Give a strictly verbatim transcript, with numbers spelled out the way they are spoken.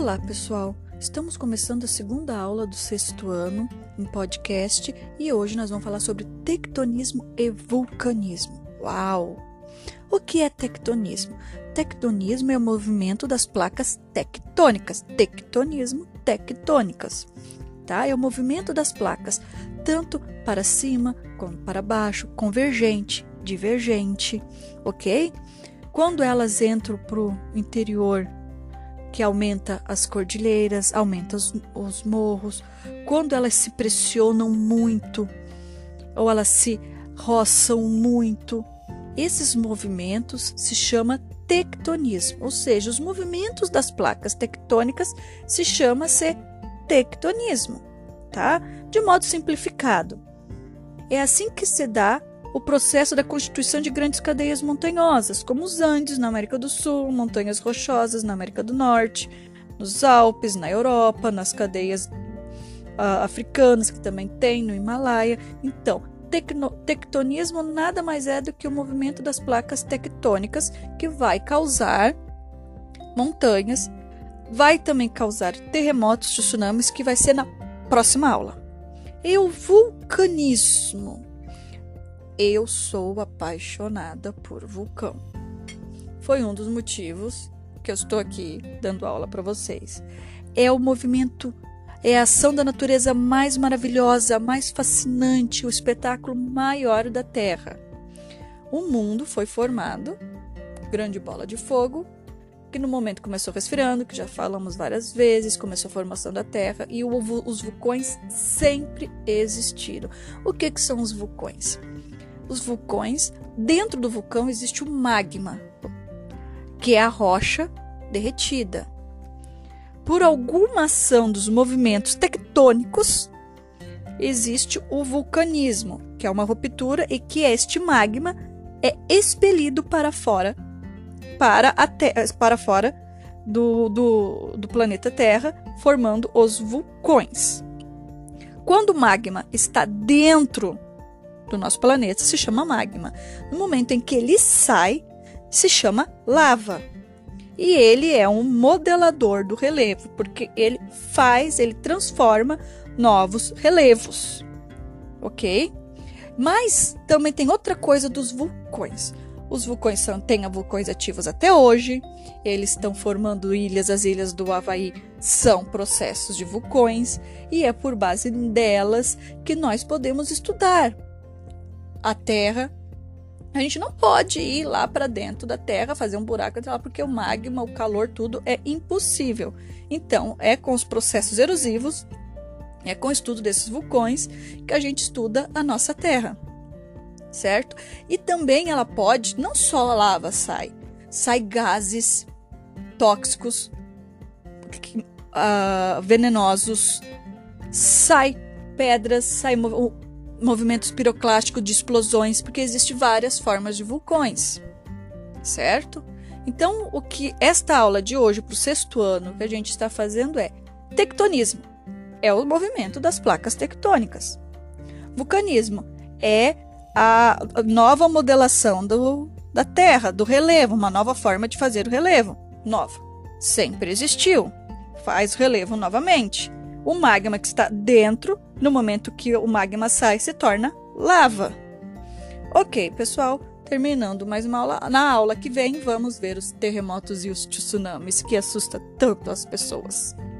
Olá, pessoal! Estamos começando a segunda aula do sexto ano em podcast e hoje nós vamos falar sobre tectonismo e vulcanismo. Uau! O que é tectonismo? Tectonismo é o movimento das placas tectônicas. Tectonismo, tectônicas. Tá? É o movimento das placas, tanto para cima como para baixo, convergente, divergente, ok? Quando elas entram para o interior, que aumenta as cordilheiras, aumenta os, os morros, quando elas se pressionam muito ou elas se roçam muito, esses movimentos se chama tectonismo, ou seja, os movimentos das placas tectônicas se chama-se tectonismo, tá? De modo simplificado. É assim que se dá o processo da constituição de grandes cadeias montanhosas, como os Andes na América do Sul, montanhas rochosas na América do Norte, nos Alpes, na Europa, nas cadeias uh, africanas, que também tem no Himalaia. Então, tecno, tectonismo nada mais é do que o movimento das placas tectônicas que vai causar montanhas, vai também causar terremotos, tsunamis, que vai ser na próxima aula. E o vulcanismo? Eu sou apaixonada por vulcão. Foi um dos motivos que eu estou aqui dando aula para vocês. É o movimento, é a ação da natureza mais maravilhosa, mais fascinante, o espetáculo maior da Terra. O mundo foi formado, grande bola de fogo, que no momento começou resfriando, que já falamos várias vezes, começou a formação da Terra, e o, os vulcões sempre existiram. O que, que são os vulcões? Os vulcões, dentro do vulcão existe o magma, que é a rocha derretida. Por alguma ação dos movimentos tectônicos, existe o vulcanismo, que é uma ruptura e que este magma é expelido para fora, para, a te- para fora do, do, do planeta Terra, formando os vulcões. Quando o magma está dentro do nosso planeta, se chama magma. No momento em que ele sai, se chama lava. E ele é um modelador do relevo, porque ele faz, ele transforma novos relevos. Ok? Mas também tem outra coisa dos vulcões. Os vulcões são, têm vulcões ativos até hoje, eles estão formando ilhas, as ilhas do Havaí são processos de vulcões, e é por base delas que nós podemos estudar a Terra. A gente não pode ir lá para dentro da Terra, fazer um buraco lá, porque o magma, o calor, tudo é impossível. Então, é com os processos erosivos, é com o estudo desses vulcões que a gente estuda a nossa Terra, certo? E também ela pode, não só a lava sai, sai gases tóxicos, uh, venenosos, sai pedras, sai movimentos piroclásticos de explosões, porque existem várias formas de vulcões, certo? Então, o que esta aula de hoje, para o sexto ano, que a gente está fazendo é tectonismo, é o movimento das placas tectônicas. Vulcanismo é a nova modelação do, da Terra, do relevo, uma nova forma de fazer o relevo. Nova. Sempre existiu. Faz relevo novamente. O magma que está dentro, no momento que o magma sai, se torna lava. Ok, pessoal, terminando mais uma aula. Na aula que vem, vamos ver os terremotos e os tsunamis que assustam tanto as pessoas.